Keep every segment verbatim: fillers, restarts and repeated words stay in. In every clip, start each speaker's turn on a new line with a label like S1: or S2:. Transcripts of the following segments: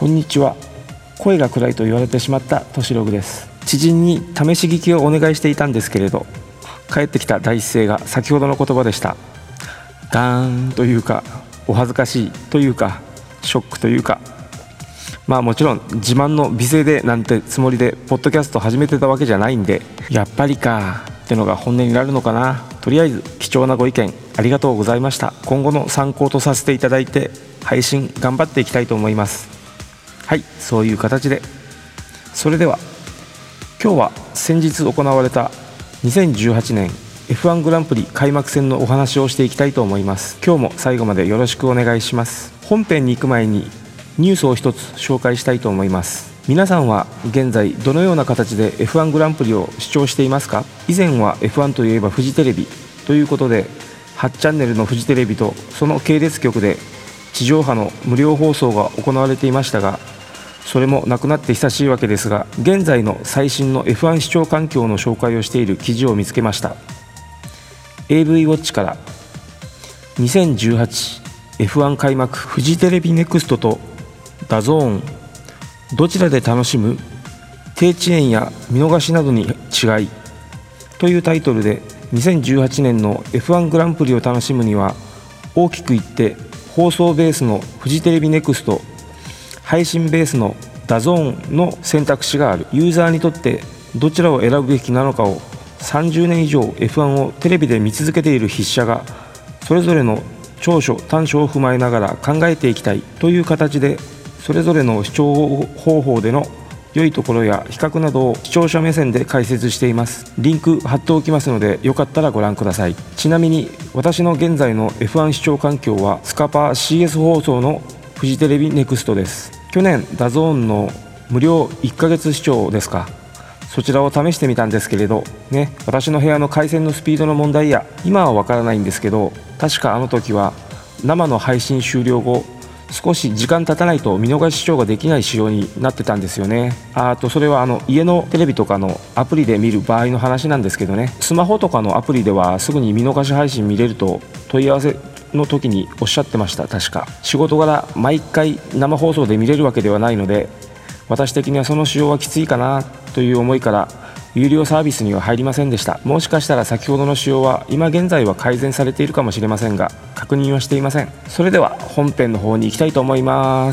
S1: こんにちは。声が暗いと言われてしまったとしログです。知人に試し聞きをお願いしていたんですけれど、返ってきた第一声が先ほどの言葉でした。ガーンというか、お恥ずかしいというか、ショックというか、まあもちろん自慢の美声でなんてつもりでポッドキャスト始めてたわけじゃないんで、やっぱりかってのが本音になるのかな。とりあえず貴重なご意見ありがとうございました。今後の参考とさせていただいて配信頑張っていきたいと思います。はい、そういう形で。それでは今日は先日行われたにせんじゅうはちねん エフワン グランプリ開幕戦のお話をしていきたいと思います。今日も最後までよろしくお願いします。本編に行く前にニュースを一つ紹介したいと思います。皆さんは現在どのような形で エフワン グランプリを視聴していますか？以前は エフワン といえばフジテレビということで、はちチャンネルのフジテレビとその系列局で地上波の無料放送が行われていましたが、それもなくなって久しいわけですが、現在の最新の エフワン 視聴環境の紹介をしている記事を見つけました。 エーブイ ウォッチからにせんじゅうはち エフワン 開幕、フジテレビネクストとダゾーンどちらで楽しむ？低遅延や見逃しなどに違いというタイトルで、にせんじゅうはちねんの エフワン グランプリを楽しむには大きく言って放送ベースのフジテレビネクスト、配信ベースのダゾーンの選択肢がある。ユーザーにとってどちらを選ぶべきなのかをさんじゅうねん以上 エフワン をテレビで見続けている筆者がそれぞれの長所短所を踏まえながら考えていきたいという形で、それぞれの視聴方法での良いところや比較などを視聴者目線で解説しています。リンク貼っておきますのでよかったらご覧ください。ちなみに私の現在の エフワン 視聴環境はスカパー シーエス 放送のフジテレビネクストです。去年ダゾーンの無料いっかげつ視聴ですか、そちらを試してみたんですけれどね、私の部屋の回線のスピードの問題や今はわからないんですけど、確かあの時は生の配信終了後少し時間経たないと見逃し視聴ができない仕様になってたんですよね。あとそれはあの家のテレビとかのアプリで見る場合の話なんですけどね、スマホとかのアプリではすぐに見逃し配信見れると問い合わせの時におっしゃってました。確か仕事柄毎回生放送で見れるわけではないので、私的にはその仕様はきついかなという思いから有料サービスには入りませんでした。もしかしたら先ほどの仕様は今現在は改善されているかもしれませんが、確認はしていません。それでは本編の方に行きたいと思います。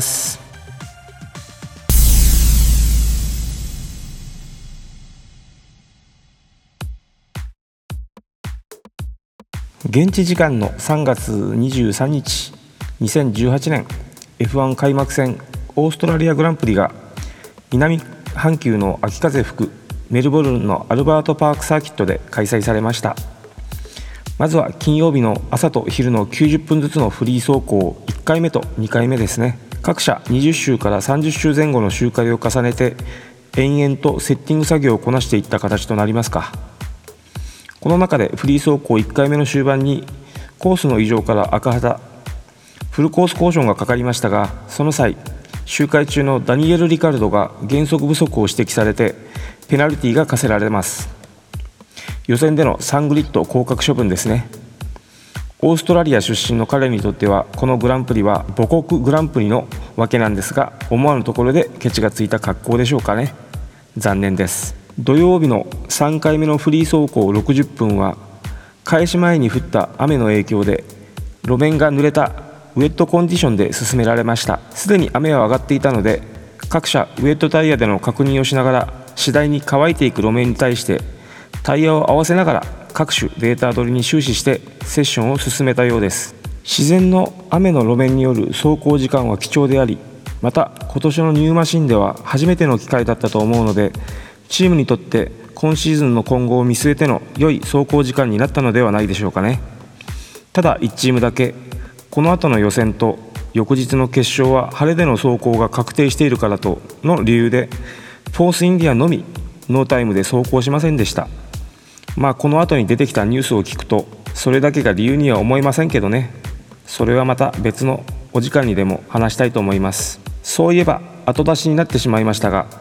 S1: 現地時間のさんがつにじゅうさんにち、にせんじゅうはちねん エフワン 開幕戦オーストラリアグランプリが南半球の秋風吹くメルボルンのアルバートパークサーキットで開催されました。まずは金曜日の朝と昼のきゅうじゅっぷんずつのフリー走行いっかいめとにかいめですね。各社にじゅっ周からさんじゅっ周前後の周回を重ねて延々とセッティング作業をこなしていった形となりますか。この中でフリー走行いっかいめの終盤にコースの異常から赤旗フルコースコーションがかかりましたが、その際周回中のダニエル・リカルドが減速不足を指摘されてペナルティが課せられます。予選でのさんグリッド降格処分ですね。オーストラリア出身の彼にとってはこのグランプリは母国グランプリのわけなんですが、思わぬところでケチがついた格好でしょうかね。残念です。土曜日のさんかいめのフリー走行ろくじゅっぷんは開始前に降った雨の影響で路面が濡れたウェットコンディションで進められました。すでに雨は上がっていたので各社ウェットタイヤでの確認をしながら次第に乾いていく路面に対してタイヤを合わせながら各種データ取りに終始してセッションを進めたようです。自然の雨の路面による走行時間は貴重であり、また今年のニューマシンでは初めての機会だったと思うので、チームにとって今シーズンの今後を見据えての良い走行時間になったのではないでしょうかね。ただいちチームだけこの後の予選と翌日の決勝は晴れでの走行が確定しているからとの理由でフォースインディアのみノータイムで走行しませんでした。まあこの後に出てきたニュースを聞くとそれだけが理由には思いませんけどね。それはまた別のお時間にでも話したいと思います。そういえば後出しになってしまいましたが、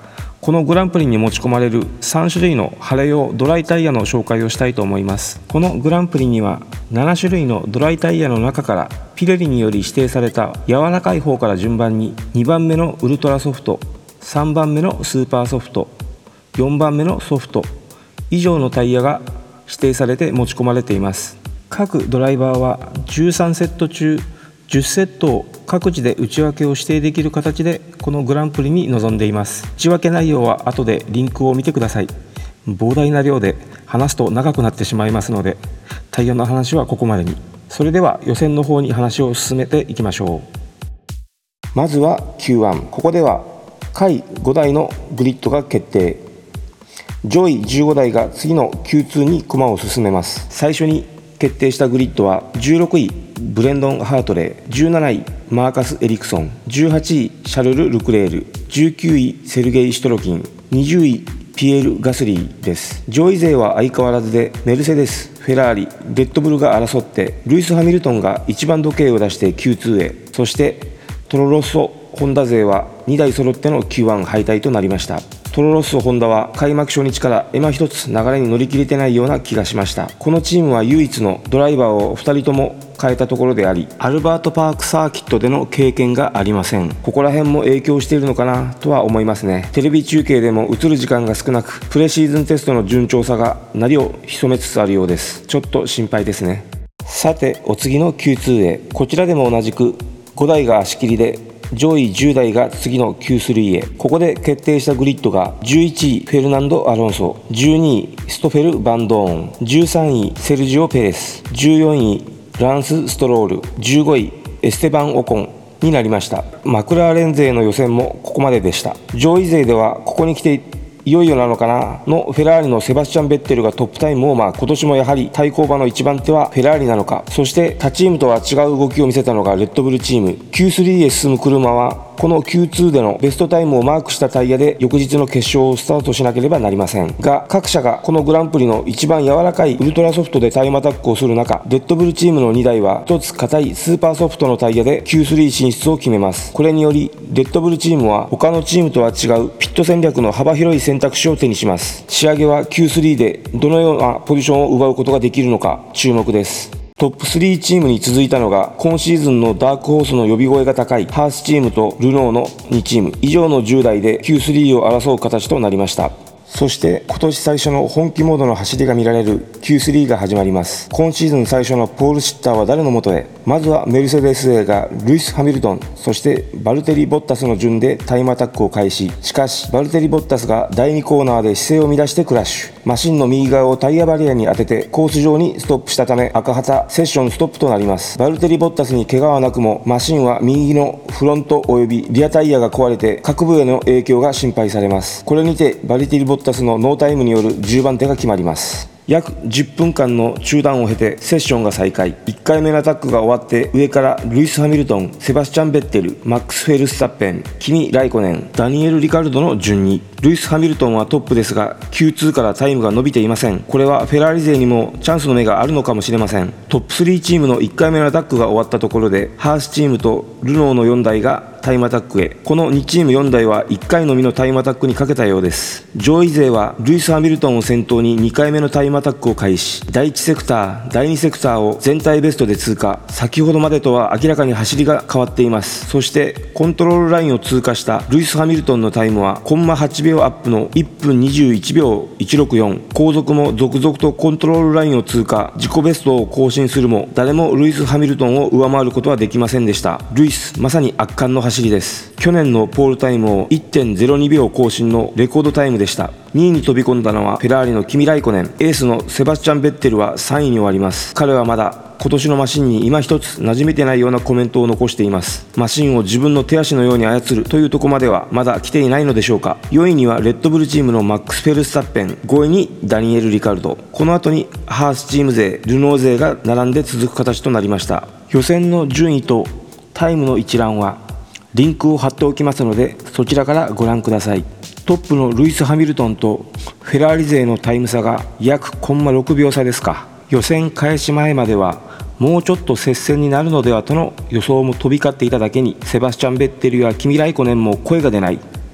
S1: このグランプリに持ち込まれるさん種類の晴れ用ドライタイヤの紹介をしたいと思います。このグランプリにはなな種類のドライタイヤの中からピレリにより指定された柔らかい方から順番ににばんめのウルトラソフト、さんばんめのスーパーソフト、よんばんめのソフト以上のタイヤが指定されて持ち込まれています。各ドライバーはじゅうさんセット中じゅっセットを各自で内訳を指定できる形でこのグランプリに臨んでいます。内訳内容は後でリンクを見てください。膨大な量で話すと長くなってしまいますので、タイヤの話はここまでに。それでは予選の方に話を進めていきましょう。まずは キューワン。 ここでは下位ごだいのグリッドが決定。上位じゅうごだいが次の キューツー に駒を進めます。最初に決定したグリッドはじゅうろくいブレンドン・ハートレー、じゅうなないマーカス・エリクソン、じゅうはちいシャルル・ルクレール、じゅうきゅういセルゲイ・シュトロキン、にじゅういピエール・ガスリーです。上位勢は相変わらずでメルセデス、フェラーリ、レッドブルが争って、ルイス・ハミルトンがいちばん時計を出して キューツー へ、そしてトロロッソ・ホンダ勢はにだい揃っての キューワン 敗退となりました。トロロッソ・ホンダは開幕初日から今一つ流れに乗り切れてないような気がしました。このチームは唯一のドライバーをふたりとも変えたところであり、アルバートパークサーキットでの経験がありません。ここら辺も影響しているのかなとは思いますね。テレビ中継でも映る時間が少なく、プレシーズンテストの順調さが鳴りを潜めつつあるようです。ちょっと心配ですね。さてお次の キューツー へ。こちらでも同じくごだいが足切りで上位じゅうだいが次の キュースリー へ。ここで決定したグリッドがじゅういちいフェルナンド・アロンソ、じゅうにいストフェル・バンドーン、じゅうさんいセルジオ・ペレス、じゅうよんいランス・ストロール、じゅうごいエステバン・オコンになりました。マクラーレン勢の予選もここまででした。上位勢ではここに来ていよいよなのかなのフェラーリのセバスチャン・ベッテルがトップタイムをマーク。今年もやはり対抗馬の一番手はフェラーリなのか。そして他チームとは違う動きを見せたのがレッドブルチーム。 キュースリー へ進む車はこの キューツー でのベストタイムをマークしたタイヤで翌日の決勝をスタートしなければなりませんが、各社がこのグランプリの一番柔らかいウルトラソフトでタイムアタックをする中、レッドブルチームのにだいは一つ硬いスーパーソフトのタイヤで キュースリー 進出を決めます。これによりレッドブルチームは他のチームとは違うピット戦略の幅広い選択肢を手にします。仕上げは キュースリー でどのようなポジションを奪うことができるのか注目です。トップスリーチームに続いたのが今シーズンのダークホースの呼び声が高いハースチームとルノーのにチーム。以上のじゅうだいで キュースリー を争う形となりました。そして今年最初の本気モードの走りが見られる キュースリー が始まります。今シーズン最初のポールシッターは誰の元へ。まずはメルセデス勢がルイス・ハミルトン、そしてバルテリ・ボッタスの順でタイムアタックを開始。しかしバルテリ・ボッタスがだいにコーナーで姿勢を乱してクラッシュ。マシンの右側をタイヤバリアに当ててコース上にストップしたため赤旗セッションストップとなります。バルテリ・ボッタスに怪我はなくもマシンは右のフロントおよびリアタイヤが壊れて各部への影響が心配されます。これにてバルテリ・ボッタスのノータイムによるじゅうばん手が決まります。約じゅっぷんかんの中断を経てセッションが再開。いっかいめのアタックが終わって上からルイス・ハミルトン、セバスチャン・ベッテル、マックス・フェルスタッペン、キミ・ライコネン、ダニエル・リカルドの順に。ルイス・ハミルトンはトップですが キューツー からタイムが伸びていません。これはフェラーリ勢にもチャンスの目があるのかもしれません。トップスリーチームのいっかいめのアタックが終わったところでハースチームとルノーのよんだいがタイムアタックへ。このにチームよんだいはいっかいのみのタイムアタックにかけたようです。上位勢はルイス・ハミルトンを先頭ににかいめのタイムアタックを開始。だいいちセクター、だいにセクターを全体ベストで通過。先ほどまでとは明らかに走りが変わっています。そしてコントロールラインを通過したルイス・ハミルトンのタイムはコンマはちびょうアップのいっぷんにじゅういちびょういちろくよん。後続も続々とコントロールラインを通過。自己ベストを更新するも誰もルイス・ハミルトンを上回ることはできませんでした。ルイス、まさに圧巻の走りです。去年のポールタイムを いってんぜろにびょう更新のレコードタイムでした。にいに飛び込んだのはフェラーリのキミ・ライコネン。エースのセバスチャン・ベッテルはさんいに終わります。彼はまだ今年のマシンに今一つ馴染めてないようなコメントを残しています。マシンを自分の手足のように操るというところまではまだ来ていないのでしょうか。よんいにはレッドブルチームのマックス・フェルスタッペン、ごいにダニエル・リカルド。この後にハースチーム勢、ルノー勢が並んで続く形となりました。予選の順位とタイムの一覧はリンクを貼っておきますのでそちらからご覧ください。トップのルイス・ハミルトンとフェラーリ勢のタイム差が約コンマろくびょう差ですか。予選開始前まではもうちょっと接戦になるのではとの予想も飛び交っていただけにセバスチャン・ベッテルやキミ・ライコネンも声が出ない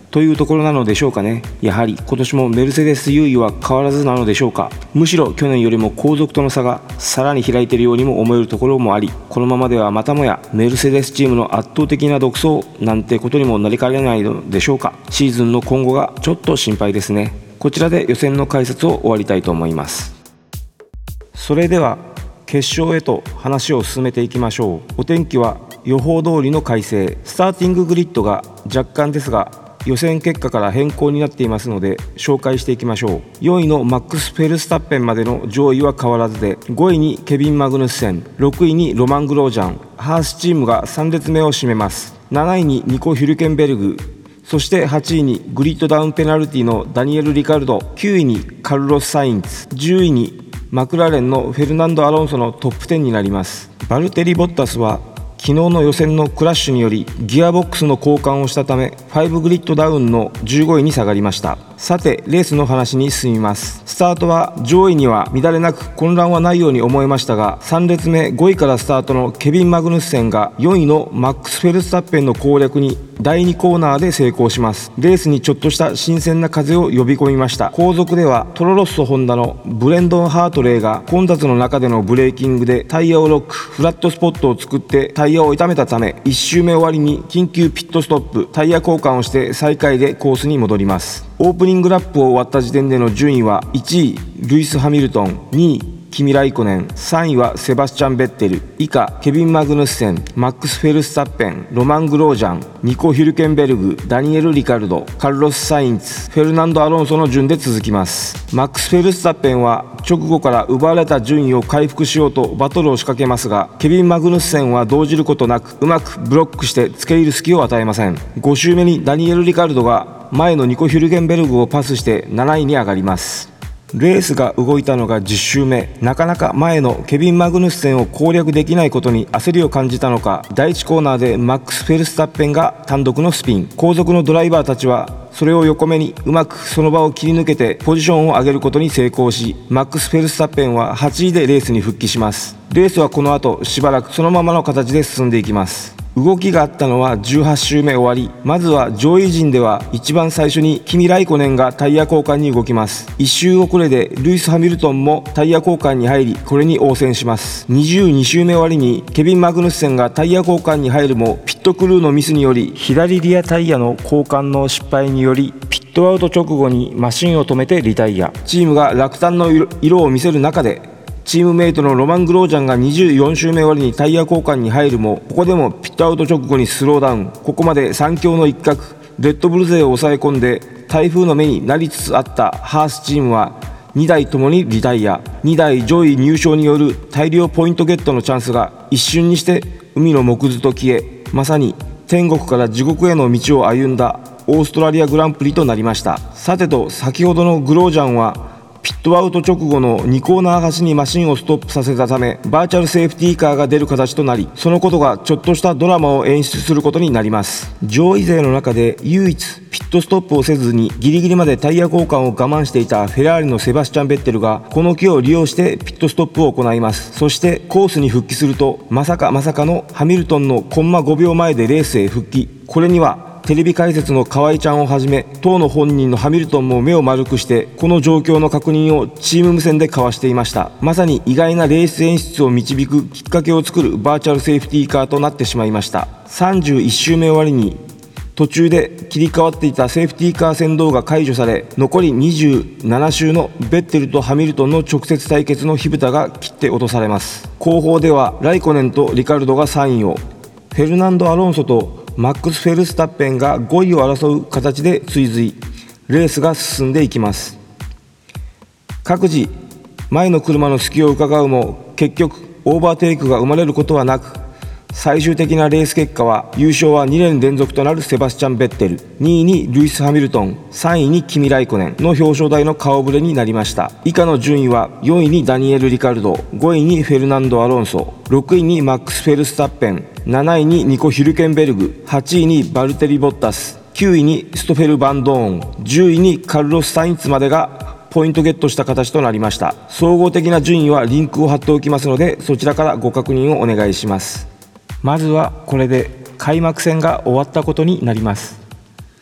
S1: というところなのでしょうかね。やはり今年もメルセデス優位は変わらずなのでしょうか。むしろ去年よりも後続との差がさらに開いているようにも思えるところもあり、このままではまたもやメルセデスチームの圧倒的な独走なんてことにもなりかねないのでしょうか。シーズンの今後がちょっと心配ですね。こちらで予選の解説を終わりたいと思います。それでは決勝へと話を進めていきましょう。お天気は予報通りの快晴、スターティンググリッドが若干ですが予選結果から変更になっていますので紹介していきましょう。よんいのマックス・フェルスタッペンまでの上位は変わらずで、ごいにケビン・マグヌッセン、ろくいにロマン・グロージャン、ハースチームがさん列目を占めます。なないにニコ・ヒュルケンベルグ、そしてはちいにグリッドダウンペナルティのダニエル・リカルド、きゅういにカルロス・サインツ、じゅういにマクラーレンのフェルナンド・アロンソのトップじゅうになります。バルテリ・ボッタスは昨日の予選のクラッシュによりギアボックスの交換をしたためごグリッドダウンのじゅうごいに下がりました。さてレースの話に進みます。スタートは上位には乱れなく混乱はないように思えましたが、さん列目ごいからスタートのケビン・マグヌッセンがよんいのマックス・フェルスタッペンの攻略にだいにコーナーで成功します。レースにちょっとした新鮮な風を呼び込みました。後続ではトロロッソホンダのブレンドン・ハートレーが混雑の中でのブレーキングでタイヤをロック、フラットスポットを作ってタイヤを傷めたためいち周目終わりに緊急ピットストップ、タイヤ交換をして最下位でコースに戻ります。オープニングラップを終わった時点での順位はいちいルイス・ハミルトン、にいキミ・ライコネン、さんいはセバスチャン・ベッテル、以下ケビン・マグヌッセン、マックス・フェルスタッペン、ロマン・グロージャン、ニコ・ヒュルケンベルグ、ダニエル・リカルド、カルロス・サインツ、フェルナンド・アロンソの順で続きます。マックス・フェルスタッペンは直後から奪われた順位を回復しようとバトルを仕掛けますが、ケビン・マグヌッセンは動じることなくうまくブロックして付け入る隙を与えません。ご周目にダニエル・リカルドが前のニコ・ヒュルケンベルグをパスしてなないに上がります。レースが動いたのがじゅっ周目、なかなか前のケビン・マグヌッセンを攻略できないことに焦りを感じたのか、だいいちコーナーでマックス・フェルスタッペンが単独のスピン、後続のドライバーたちはそれを横目にうまくその場を切り抜けてポジションを上げることに成功し、マックス・フェルスタッペンははちいでレースに復帰します。レースはこの後しばらくそのままの形で進んでいきます。動きがあったのはじゅうはち周目終わり、まずは上位陣では一番最初にキミ・ライコネンがタイヤ交換に動きます。いち周遅れでルイス・ハミルトンもタイヤ交換に入り、これに応戦します。にじゅうに周目終わりにケビン・マグヌッセンがタイヤ交換に入るもピットクルーのミスにより左リアタイヤの交換の失敗によりピットアウト直後にマシンを止めてリタイア。チームが落胆の色を見せる中でチームメイトのロマン・グロージャンがにじゅうよん周目終わりにタイヤ交換に入るも、ここでもピットアウト直後にスローダウン。ここまでさん強の一角、レッドブル勢を抑え込んで台風の目になりつつあったハースチームはにだいともにリタイア。にだい上位入賞による大量ポイントゲットのチャンスが一瞬にして海の藻くずと消え、まさに天国から地獄への道を歩んだオーストラリアグランプリとなりました。さてと先ほどのグロージャンはピットアウト直後のにコーナー端にマシンをストップさせたためバーチャルセーフティーカーが出る形となり、そのことがちょっとしたドラマを演出することになります。上位勢の中で唯一ピットストップをせずにギリギリまでタイヤ交換を我慢していたフェラーリのセバスチャン・ベッテルがこの機を利用してピットストップを行います。そしてコースに復帰するとまさかまさかのハミルトンのコンマごびょうまえでレースへ復帰。これにはテレビ解説の河合ちゃんをはじめ当の本人のハミルトンも目を丸くしてこの状況の確認をチーム無線で交わしていました。まさに意外なレース演出を導くきっかけを作るバーチャルセーフティーカーとなってしまいました。さんじゅういち周目終わりに途中で切り替わっていたセーフティーカー先導が解除され、残りにじゅうなな周のベッテルとハミルトンの直接対決の火蓋が切って落とされます。後方ではライコネンとリカルドがさんいを、フェルナンド・アロンソとマックス・フェルスタッペンがごいを争う形で追随、レースが進んでいきます。各自前の車の隙を伺うも結局オーバーテイクが生まれることはなく、最終的なレース結果は優勝はにねん連続となるセバスチャン・ベッテル、にいにルイス・ハミルトン、さんいにキミ・ライコネンの表彰台の顔ぶれになりました。以下の順位はよんいにダニエル・リカルド、ごいにフェルナンド・アロンソ、ろくいにマックス・フェルスタッペン、なないにニコ・ヒュルケンベルグ、はちいにバルテリ・ボッタス、きゅういにストフェル・バンドーン、じゅういにカルロス・サインツまでがポイントゲットした形となりました。総合的な順位はリンクを貼っておきますので、そちらからご確認をお願いします。まずはこれで開幕戦が終わったことになります。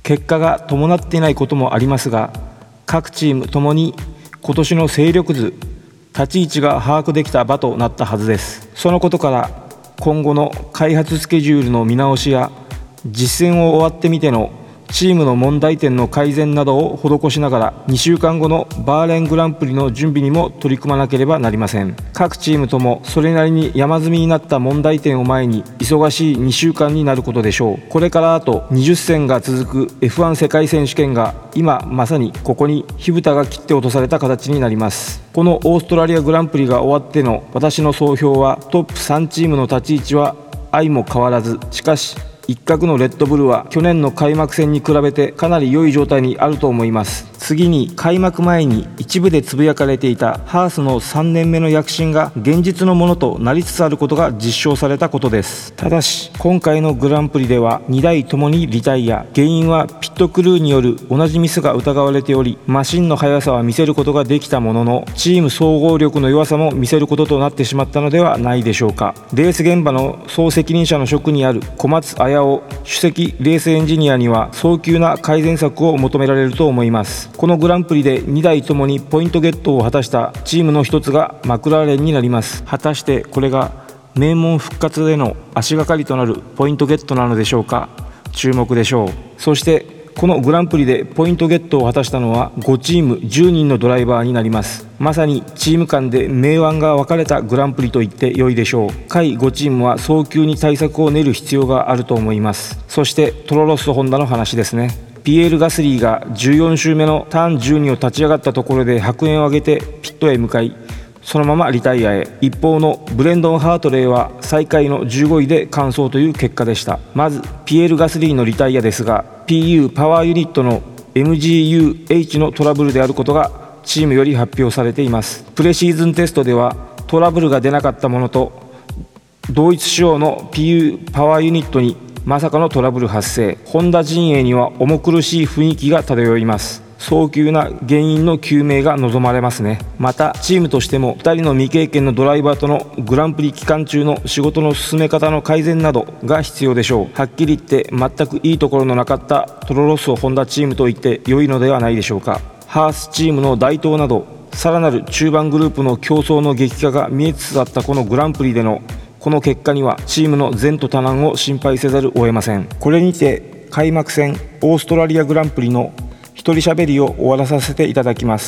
S1: 結果が伴っていないこともありますが、各チームともに今年の勢力図、立ち位置が把握できた場となったはずです。そのことから今後の開発スケジュールの見直しや実践を終わってみてのチームの問題点の改善などを施しながら、にしゅうかんごのバーレーングランプリの準備にも取り組まなければなりません。各チームともそれなりに山積みになった問題点を前に忙しいにしゅうかんになることでしょう。これからあとにじゅっせんが続く エフワン 世界選手権が今まさにここに火蓋が切って落とされた形になります。このオーストラリアグランプリが終わっての私の総評は、トップさんチームの立ち位置は相も変わらず、しかし一角のレッドブルは去年の開幕戦に比べてかなり良い状態にあると思います。次に開幕前に一部でつぶやかれていたハースのさんねんめの躍進が現実のものとなりつつあることが実証されたことです。ただし今回のグランプリではにだいともにリタイア、原因はピットクルーによる同じミスが疑われており、マシンの速さは見せることができたもののチーム総合力の弱さも見せることとなってしまったのではないでしょうか。レース現場の総責任者の職にある小松綾夫首席レースエンジニアには早急な改善策を求められると思います。このグランプリでにだいともにポイントゲットを果たしたチームの一つがマクラーレンになります。果たしてこれが名門復活での足がかりとなるポイントゲットなのでしょうか。注目でしょう。そしてこのグランプリでポイントゲットを果たしたのはごチームじゅうにんのドライバーになります。まさにチーム間で明暗が分かれたグランプリと言って良いでしょう。下位ごチームは早急に対策を練る必要があると思います。そしてトロロッソホンダの話ですね。ピエール・ガスリーがじゅうよん周目のターンじゅうにを立ち上がったところで白煙を上げてピットへ向かい、そのままリタイアへ。一方のブレンドン・ハートレイは最下位のじゅうごいで完走という結果でした。まずピエール・ガスリーのリタイアですが、 ピーユー パワーユニットの エムジーユーエイチ のトラブルであることがチームより発表されています。プレシーズンテストではトラブルが出なかったものと同一仕様の ピーユー パワーユニットにまさかのトラブル発生。ホンダ陣営には重苦しい雰囲気が漂います。早急な原因の究明が望まれますね。またチームとしてもふたりの未経験のドライバーとのグランプリ期間中の仕事の進め方の改善などが必要でしょう。はっきり言って全くいいところのなかったトロロッソホンダチームと言って良いのではないでしょうか。ハースチームの台頭などさらなる中盤グループの競争の激化が見えつつあったこのグランプリでのこの結果にはチームの前途多難を心配せざるを得ません。これにて開幕戦オーストラリアグランプリの一人喋りを終わらさせていただきます。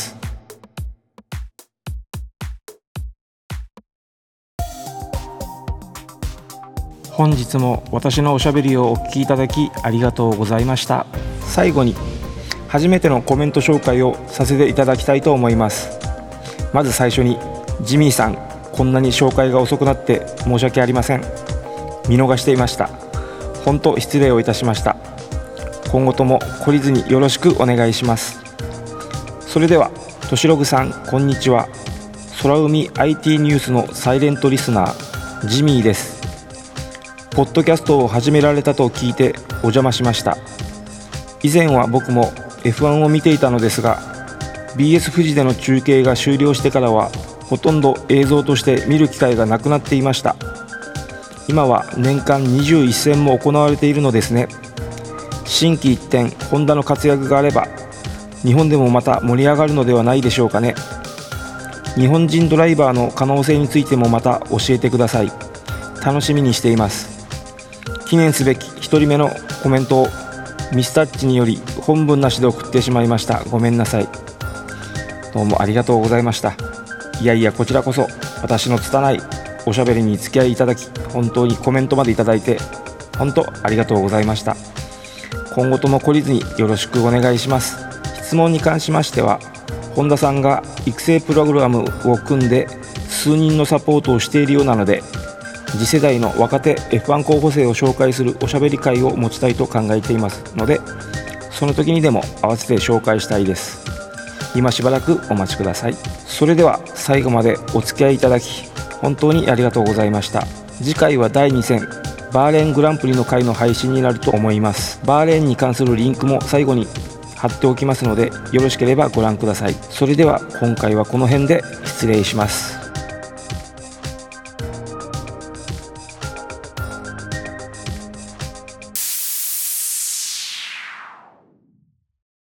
S1: 本日も私のおしゃべりをお聞きいただきありがとうございました。最後に初めてのコメント紹介をさせていただきたいと思います。まず最初にジミーさん、こんなに紹介が遅くなって申し訳ありません。見逃していました。本当失礼をいたしました。今後とも懲りずによろしくお願いします。それではとしログさん、こんにちは。空海 アイティー ニュースのサイレントリスナージミーです。ポッドキャストを始められたと聞いてお邪魔しました。以前は僕も エフワン を見ていたのですが、 ビーエス 富士での中継が終了してからはほとんど映像として見る機会がなくなっていました。今は年間にじゅういっせんも行われているのですね。心機一転、ホンダの活躍があれば日本でもまた盛り上がるのではないでしょうかね。日本人ドライバーの可能性についてもまた教えてください。楽しみにしています。記念すべきひとりめのコメントをミスタッチにより本文なしで送ってしまいました。ごめんなさい。どうもありがとうございました。いやいや、こちらこそ私の拙いおしゃべりに付き合いいただき、本当にコメントまでいただいて本当ありがとうございました。今後とも懲りずによろしくお願いします。質問に関しましては、本田さんが育成プログラムを組んで数人のサポートをしているようなので、次世代の若手 エフワン 候補生を紹介するおしゃべり会を持ちたいと考えていますので、その時にでも合わせて紹介したいです。今しばらくお待ちください。それでは最後までお付き合いいただき本当にありがとうございました。次回はだいに戦バーレーングランプリの回の配信になると思います。バーレーンに関するリンクも最後に貼っておきますので、よろしければご覧ください。それでは今回はこの辺で失礼します。